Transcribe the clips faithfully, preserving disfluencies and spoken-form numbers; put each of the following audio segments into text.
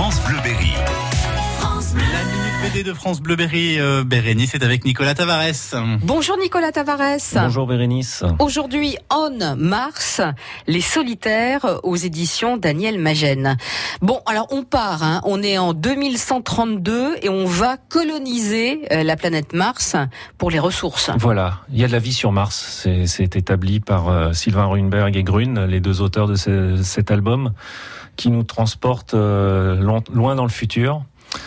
France Bleu Berry. La minute B D de France Bleu Berry, euh, Bérénice est avec Nicolas Tavares. Bonjour Nicolas Tavares. Bonjour Bérénice. Aujourd'hui, On Mars, les solitaires aux éditions Daniel Magène. Bon, alors on part, hein, on est en deux mille cent trente-deux et on va coloniser euh, la planète Mars pour les ressources. Voilà, il y a de la vie sur Mars, c'est, c'est établi par euh, Sylvain Runberg et Grün, les deux auteurs de ce, cet album, qui nous transportent euh, loin, loin dans le futur.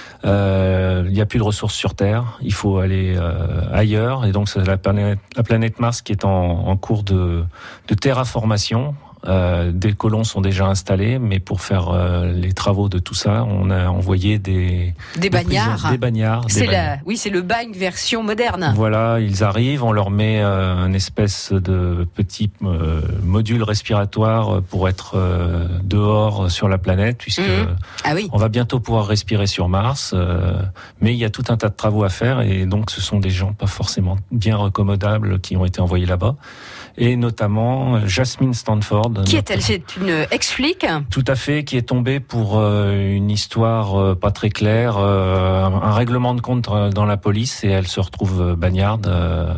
Euh, il n'y a plus de ressources sur Terre, il faut aller euh, ailleurs, et donc c'est la planète, la planète Mars qui est en, en cours de, de terraformation. Euh, des colons sont déjà installés, mais pour faire euh, les travaux de tout ça, on a envoyé des des, des bagnards. prisons, des bagnards. C'est des la, bagnards. oui, c'est le bagne version moderne. Voilà, ils arrivent, on leur met euh, un espèce de petit euh, module respiratoire pour être euh, dehors sur la planète, puisque Mmh. Ah oui. on va bientôt pouvoir respirer sur Mars, euh, mais il y a tout un tas de travaux à faire, et donc ce sont des gens pas forcément bien recommodables qui ont été envoyés là-bas, et notamment Jasmine Stanford. Qui est-elle? C'est une ex-flic? Tout à fait, qui est tombée pour euh, une histoire euh, pas très claire, euh, un règlement de compte dans la police, et elle se retrouve bagnarde. Euh,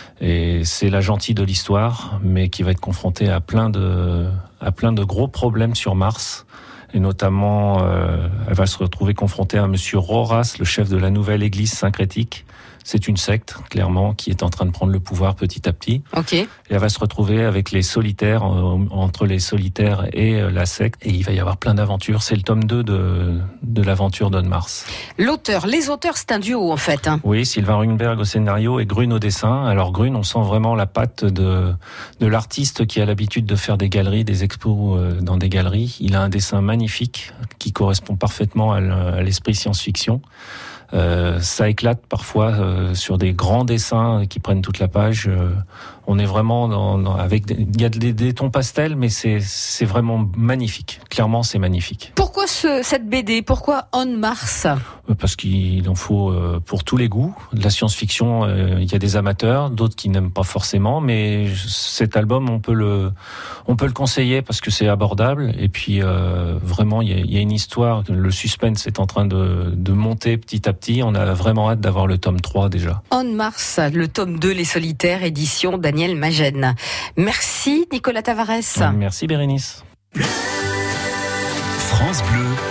et c'est la gentille de l'histoire, mais qui va être confrontée à plein de, à plein de gros problèmes sur Mars. Et notamment, euh, elle va se retrouver confrontée à Monsieur Roras, le chef de la nouvelle église syncrétique. C'est une secte, clairement, qui est en train de prendre le pouvoir petit à petit. Ok. Et elle va se retrouver avec les solitaires, euh, entre les solitaires et euh, la secte. Et il va y avoir plein d'aventures. C'est le tome deux de, de l'aventure d'On Mars. L'auteur, les auteurs, c'est un duo en fait. Hein. Oui, Sylvain Runberg au scénario et Grün au dessin. Alors Grün, on sent vraiment la patte de, de l'artiste qui a l'habitude de faire des galeries, des expos euh, dans des galeries. Il a un dessin magnifique qui correspond parfaitement à l'esprit science-fiction. Euh, ça éclate parfois euh, sur des grands dessins qui prennent toute la page. Euh, on est vraiment dans, dans, avec des, il y a des, des tons pastels, mais c'est, c'est vraiment magnifique. Clairement, c'est magnifique. Pourquoi ce, cette B D? Pourquoi On Mars? Parce qu'il en faut euh, pour tous les goûts. De la science-fiction, euh, il y a des amateurs, d'autres qui n'aiment pas forcément, mais cet album, on peut le, on peut le conseiller parce que c'est abordable. Et puis euh, vraiment, il y, a, il y a une histoire. Le suspense est en train de, de monter petit à petit. On a vraiment hâte d'avoir le tome trois déjà. On Mars, le tome deux, Les Solitaires, édition Daniel Magène. Merci Nicolas Tavares. Merci Bérénice. France Bleu.